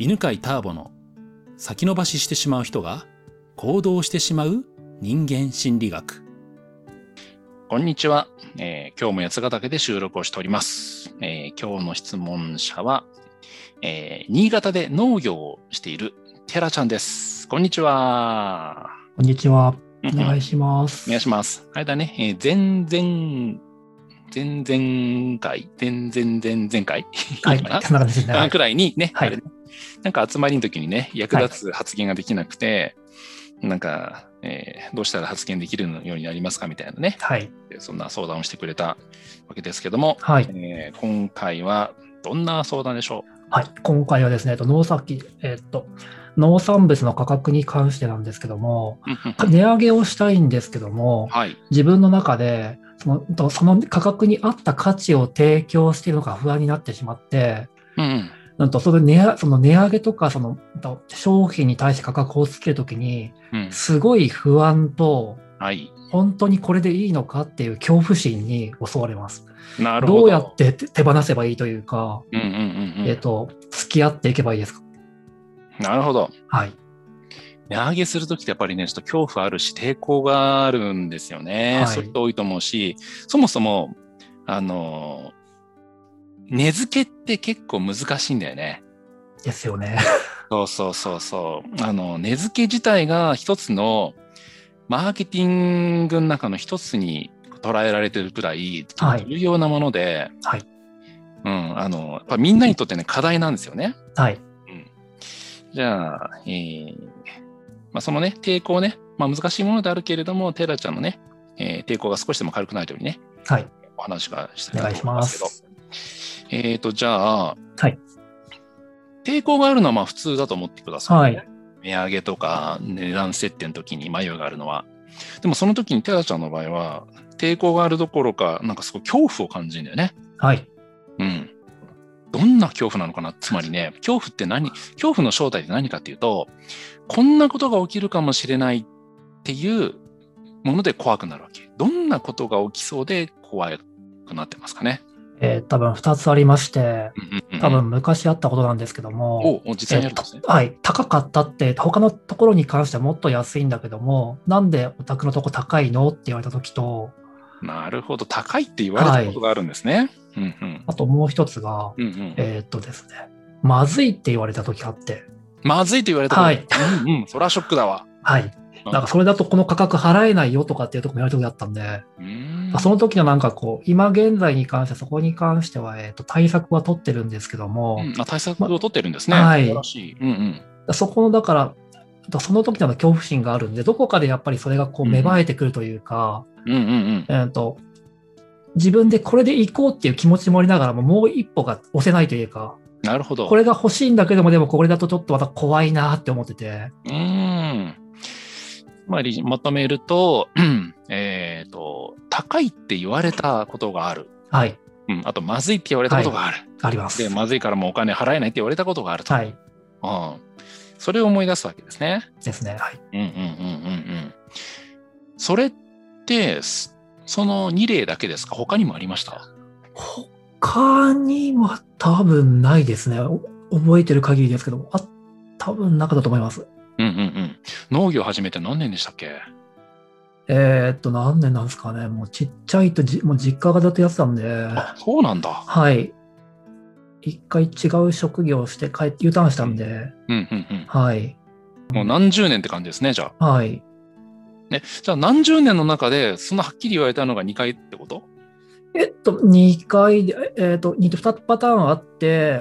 犬飼ターボの先延ばししてしまう人が行動してしまう人間心理学。こんにちは、今日も八ヶ岳で収録をしております。今日の質問者は、新潟で農業をしているテラちゃんです。こんにちは。 こんにちは。お願いします。 お願いします。あれだね、前々回はい、そんな感じですね。 くらいにね、 はい、 あれね、なんか集まりの時にね、役立つ発言ができなくて、なんか、どうしたら発言できるようになりますかみたいなね、 はい、 そんな相談をしてくれたわけですけども、 はい、 今回はどんな相談でしょう？ はい、今回はですね、農産物の価格に関してなんですけども、値上げをしたいんですけども、 はい、 自分の中でその価格に合った価値を提供しているのか不安になってしまって、その値上げとか商品に対して価格をつけるときに、すごい不安と、本当にこれでいいのかっていう恐怖心に襲われます。 なるほど。 どうやって手放せばいいというか、付き合っていけばいいですか？ なるほど。 はい。 値上げするときってやっぱりね、ちょっと恐怖あるし、抵抗があるんですよね。はい、そういう人多いと思うし、そもそも、値付けって結構難しいんだよね。 ですよね。 そう。値付け自体が一つのマーケティングの中の一つに捉えられてるくらい重要なもので、 はい。 やっぱみんなにとってね、課題なんですよね。 はい。 じゃあ、そのね、抵抗ね、難しいものであるけれども、テラちゃんのね、抵抗が少しでも軽くなるようにね、 はい、 お話がしたいと思いますけど、じゃあ、 はい、 抵抗があるのは普通だと思ってください、ね。 はい、 値上げとか値段設定の時に迷いがあるのは。でもその時にテラちゃんの場合は、抵抗があるどころか、なんかすごい恐怖を感じるんだよね。 はい。 どんな恐怖なのかな？つまりね、恐怖の正体って何かっていうと、こんなことが起きるかもしれないっていうもので怖くなるわけ。どんなことが起きそうで怖くなってますかね？ 多分2つありまして、多分昔あったことなんですけども、 実際にあるんですね。 はい、高かったって、他のところに関してはもっと安いんだけども、なんでお宅のとこ高いのって言われたときと、 なるほど、高いって言われたことがあるんですね。 あともう一つが、ですね、まずいって言われたときがあって。 まずいと言われたこと？ はい。 それはショックだわ。 はい。なんかそれだとこの価格払えないよとかっていうところも言われたことがあったんで、その時のなんか今現在に関して、そこに関しては、対策は取ってるんですけども。 対策を取ってるんですね。 はい。 素晴らしい。 そこの、だから、その時の恐怖心があるんで、どこかでやっぱりそれが芽生えてくるというか、自分でこれで行こうっていう気持ちもありながらも、もう一歩が押せないというか、 なるほど。 これが欲しいんだけども、でもこれだとちょっとまた怖いなって思ってて。 つまりまとめると、高いって言われたことがある。 はい。 あと、まずいって言われたことがある。 あります。 で、まずいからもうお金払えないって言われたことがあると。 はい。 それを思い出すわけですね。 ですね。はい。 それって、その2例だけですか？他にもありました？ 他には多分ないですね。覚えてる限りですけど、多分なかったと思います。 農業始めて何年でしたっけ？ 何年なんですかね。もうちっちゃいともう実家がずっとやってたんで。 そうなんだ。 はい。一回違う職業をしてU ターンしたんで。はい。 もう何十年って感じですね、じゃあ。はい。 ね、じゃあ何十年の中で、そんなはっきり言われたのが2回ってこと？ 2回で、2パターンあって、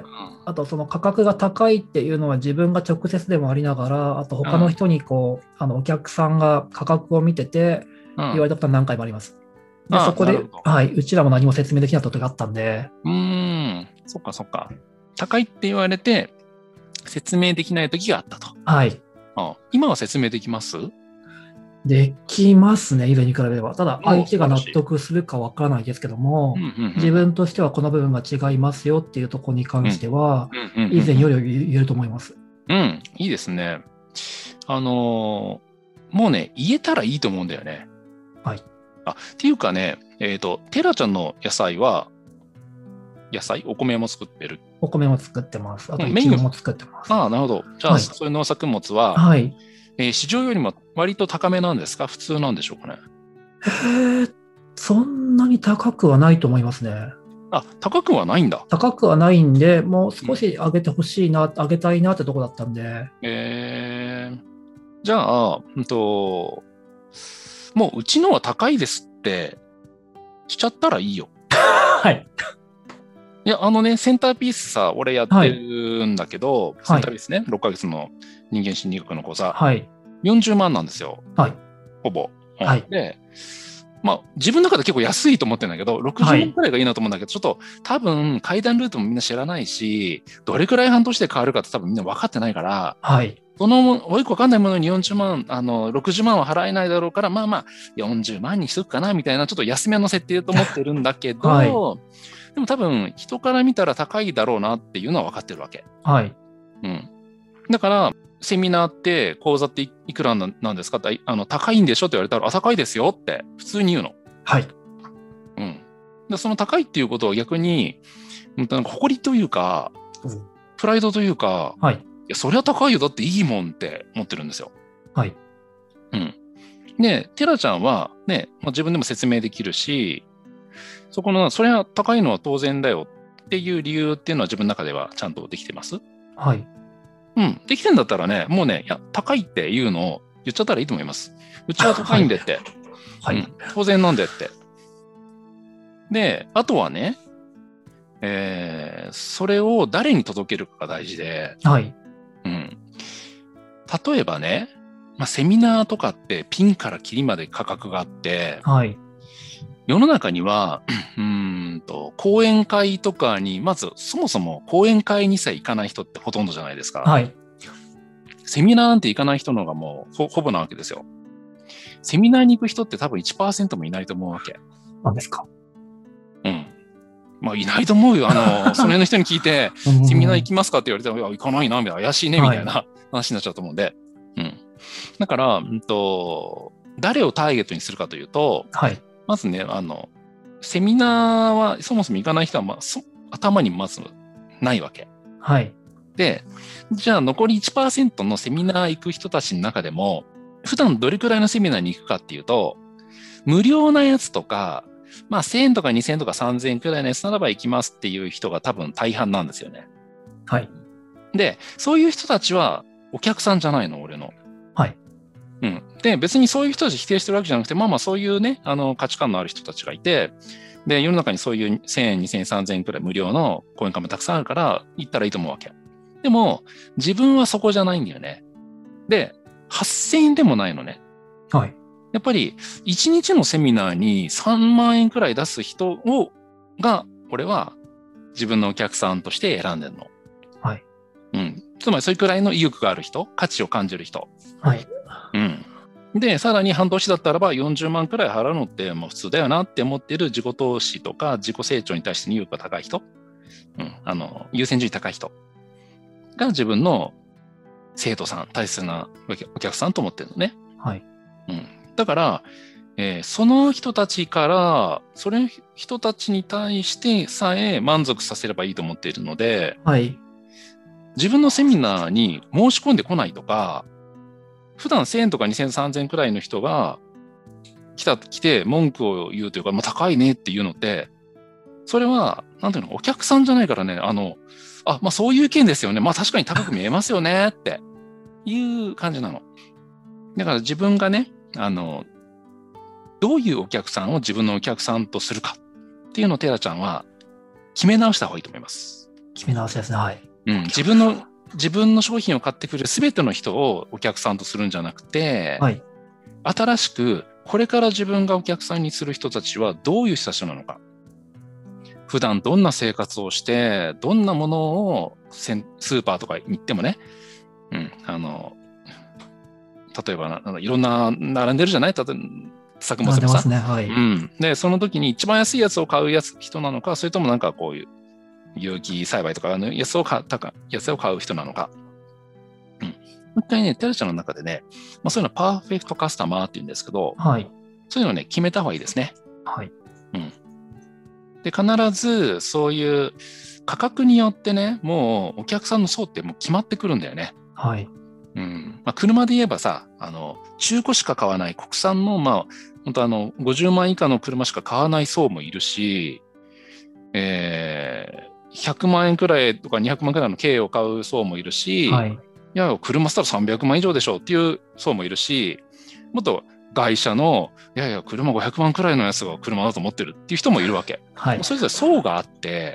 あとその価格が高いっていうのは自分が直接でもありながら、あと他の人にお客さんが価格を見てて言われたことは何回もあります。で、そこで、はい、うちらも何も説明できなかったことがあったんで。 そっか。高いって言われて説明できない時があったと。 はい。 今は説明できます？ できますね、以前に比べれば。ただ、相手が納得するかわからないですけども、自分としてはこの部分が違いますよっていうところに関しては、以前より言えると思います。 いいですね。もうね、言えたらいいと思うんだよね。 はい。 っていうかね、テラちゃんの野菜は、 野菜、お米も作ってる。 お米も作ってます。あと、イチゴも作ってます。 ああ、なるほど。じゃあ、そういう農作物は、 はい。 市場よりも割と高めなんですか？普通なんでしょうかね。 そんなに高くはないと思いますね。 あ、高くはないんだ。 高くはないんで、もう少し上げてほしいな、上げたいなってとこだったんで。 じゃあ、もううちのは高いですってしちゃったらいいよ。 はい。 いや、センターピースさ、俺やってるんだけど、センターピースね、6ヶ月の人間心理学の講座、40万なんですよ。ほぼ。で、自分の中で結構安いと思ってるんだけど、60万くらいがいいなと思うんだけど、ちょっと多分階段ルートもみんな知らないし、どれくらい半年で変わるかって多分みんな分かってないから、そのよく分かんないものに40万、60万は払えないだろうから、40万にしとくかなみたいな、ちょっと安めの設定と思ってるんだけど、でも多分人から見たら高いだろうなっていうのは分かってるわけ。だから、セミナーって講座っていくらなんですかって高いんでしょって言われたら、高いですよって普通に言うの。でその高いっていうことは逆に、なんか誇りというか、プライドというか、いや、そりゃ高いよ、だっていいもんって思ってるんですよ。で、テラちゃんはね、自分でも説明できるし、それは高いのは当然だよっていう理由っていうのは自分の中ではちゃんとできてます。できてんだったらね、もうね、いや、高いっていうのを言っちゃったらいいと思います。うちは高いんでって。当然なんでって。で、あとはね、それを誰に届けるかが大事で、例えばね、セミナーとかってピンからキリまで価格があって、世の中には、講演会とかに、まずそもそも講演会にさえ行かない人ってほとんどじゃないですか。セミナーなんて行かない人の方がもうほぼなわけですよ。セミナーに行く人って多分 1% もいないと思うわけ。 なんですか？ いないと思うよ。その辺の人に聞いて、セミナー行きますかって言われたら、いや、行かないな、みたいな、怪しいね、みたいな話になっちゃうと思うんで。だから、誰をターゲットにするかというと、まずね、セミナーはそもそも行かない人は、頭にまずないわけ。で、じゃあ残り 1% のセミナー行く人たちの中でも、普段どれくらいのセミナーに行くかっていうと、無料なやつとか、1000円とか2000円とか3000円くらいのやつならば行きますっていう人が多分大半なんですよね。で、そういう人たちはお客さんじゃないの、俺の。で、別にそういう人たち否定してるわけじゃなくて、そういうね、価値観のある人たちがいて、で、世の中にそういう1000円、2000円、3000円くらい無料の講演会もたくさんあるから、行ったらいいと思うわけ。でも、自分はそこじゃないんだよね。で、8000円でもないのね。やっぱり、1日のセミナーに3万円くらい出す人が、俺は自分のお客さんとして選んでるの。つまり、それくらいの意欲がある人、価値を感じる人。で、さらに半年だったらば40万くらい払うのってもう普通だよなって思っている自己投資とか自己成長に対しての意欲が高い人、優先順位高い人が自分の生徒さん、大切なお客さんと思ってるのね。だから、その人たちから、それ人たちに対してさえ満足させればいいと思っているので、自分のセミナーに申し込んでこないとか、普段1000円とか2000円、3000円くらいの人が来て文句を言うというか、高いねっていうのって、それは、なんていうの、お客さんじゃないからね、そういう意見ですよね。確かに高く見えますよねっていう感じなの。だから自分がね、どういうお客さんを自分のお客さんとするかっていうのをテラちゃんは決め直した方がいいと思います。 決め直しですね。 自分の商品を買ってくる全ての人をお客さんとするんじゃなくて、新しくこれから自分がお客さんにする人たちはどういう人たちなのか、普段どんな生活をしてどんなものをスーパーとかに行ってもね、例えばいろんな並んでるじゃない、作物がさ、でその時に一番安いやつを買う人なのか、それともなんかこういう有機栽培とかの野菜を買う人なのか。もう一回ね、テラちゃんの中でね、そういうのパーフェクトカスタマーって言うんですけど、そういうのね、決めた方がいいですね。 で、必ずそういう価格によってね、もうお客さんの層ってもう決まってくるんだよね。 はい。 車で言えばさ、中古しか買わない国産の、本当50万以下の車しか買わない層もいるし、100万円くらいとか200万くらいの軽を買う層もいるし、 はい、 いや、車したら300万以上でしょっていう層もいるし、もっと外車の、いやいや、車500万くらいのやつが車だと思ってるっていう人もいるわけ。 はい、 それぞれ層があって、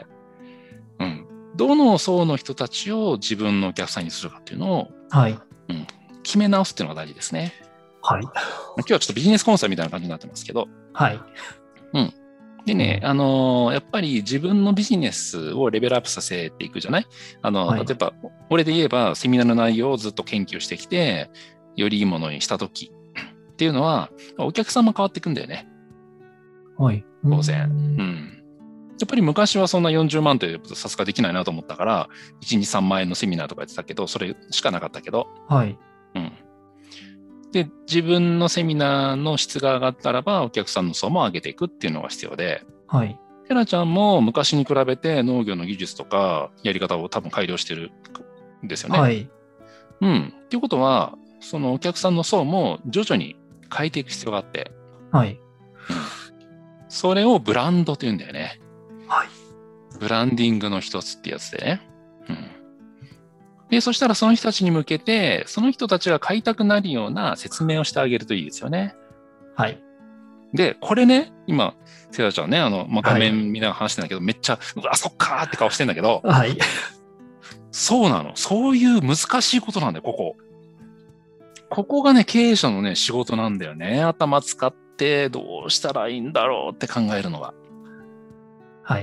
どの層の人たちを自分のお客さんにするかっていうのを、 はい、 決め直すっていうのが大事ですね。 はい。 今日はちょっとビジネスコンサルみたいな感じになってますけど、 はい。 でね、やっぱり自分のビジネスをレベルアップさせていくじゃない？ はい、 例えば、俺で言えばセミナーの内容をずっと研究してきて、よりいいものにしたときっていうのは、お客さんも変わっていくんだよね。 はい。 当然。やっぱり昔はそんな40万ということさすができないなと思ったから、1、2、3万円のセミナーとかやってたけど、それしかなかったけど。 はい。 で、自分のセミナーの質が上がったらば、お客さんの層も上げていくっていうのが必要で、 はい。 テラちゃんも昔に比べて農業の技術とかやり方を多分改良してるんですよね。 はい。 っていうことは、そのお客さんの層も徐々に変えていく必要があって、 はい。 それをブランドというんだよね。 はい。 ブランディングの一つってやつでね。で、そしたらその人たちに向けて、その人たちが買いたくなるような説明をしてあげるといいですよね。 はい。 で、これね、今、セラちゃんね、画面見ながら話してんだけど、めっちゃ、うわ、そっかーって顔してんだけど、 はい。 そうなの。そういう難しいことなんだよ、ここ。ここがね、経営者のね、仕事なんだよね。頭使ってどうしたらいいんだろうって考えるのが。 はい。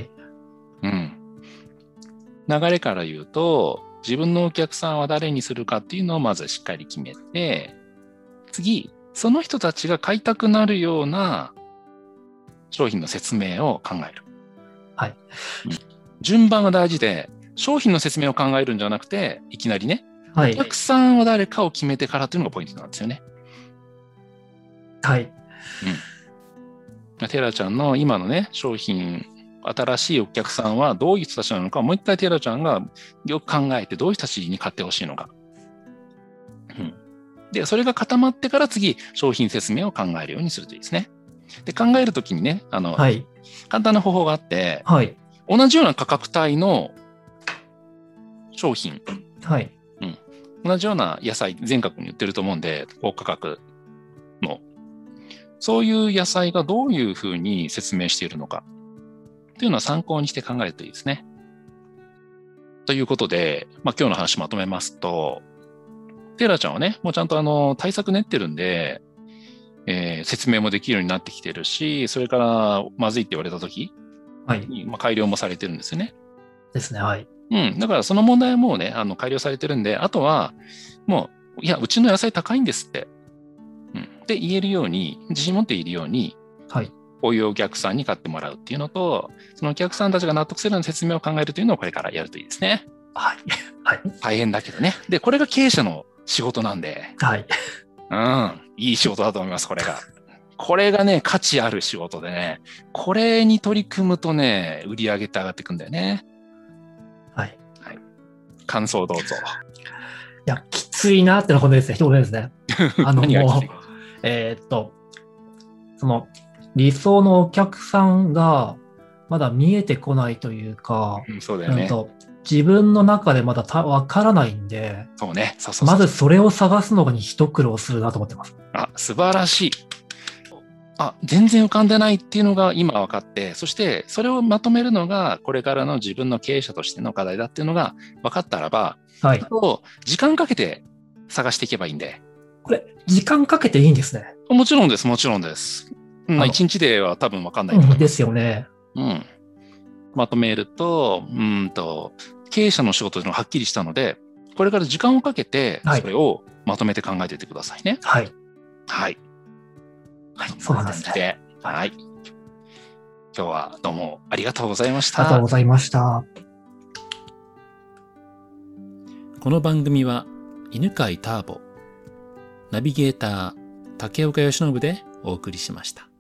流れから言うと、自分のお客さんは誰にするかっていうのをまずしっかり決めて、次、その人たちが買いたくなるような商品の説明を考える。 はい。 順番が大事で、商品の説明を考えるんじゃなくて、いきなりね、 はい。 お客さんは誰かを決めてからというのがポイントなんですよね。 はい。 テラちゃんの今のね、商品、新しいお客さんはどういう人たちなのか、もう一回テラちゃんがよく考えて、どういう人たちに買ってほしいのか。で、それが固まってから次、商品説明を考えるようにするといいですね。で、考えるときにね、 はい。 簡単な方法があって、 はい。 同じような価格帯の商品、 はい。 同じような野菜、全国に売ってると思うんで、高価格の。そういう野菜がどういうふうに説明しているのかというのは参考にして考えるといいですね。ということで、今日の話まとめますと、テイラーちゃんはね、もうちゃんと対策練ってるんで、説明もできるようになってきてるし、それからまずいって言われた時に、改良もされてるんですよね。 ですね。はい。 だからその問題はもうね、改良されてるんで、あとは、もう、いや、うちの野菜高いんですって。って言えるように、自信持っているように、 はい。 こういうお客さんに買ってもらうっていうのと、そのお客さんたちが納得するような説明を考えるというのをこれからやるといいですね。 はい。はい。 大変だけどね。で、これが経営者の仕事なんで、 はい。 いい仕事だと思います、これが。これがね、価値ある仕事でね、これに取り組むとね、売り上げって上がっていくんだよね。 はい。 感想どうぞ。 いや、きついなってのはこれですね。一言ですね。 何がきつい？ その理想のお客さんがまだ見えてこないというか、 そうだよね。 自分の中でまだわからないんで、 そうね。 まずそれを探すのに一苦労するなと思ってます。 素晴らしい。全然浮かんでないっていうのが今分かって、そしてそれをまとめるのがこれからの自分の経営者としての課題だっていうのが分かったらば、 はい。 時間かけて探していけばいいんで。 これ、時間かけていいんですね。 もちろんです、もちろんです。1日では多分分かんないと思います。 ですよね。 まとめると、経営者の仕事というのがはっきりしたので、これから時間をかけて、それをまとめて考えていってくださいね。 はい。 はい。 はい、そうなんですね。 はい。今日はどうもありがとうございました。 ありがとうございました。 この番組は、犬飼ターボ、ナビゲーター、竹岡由伸でお送りしました。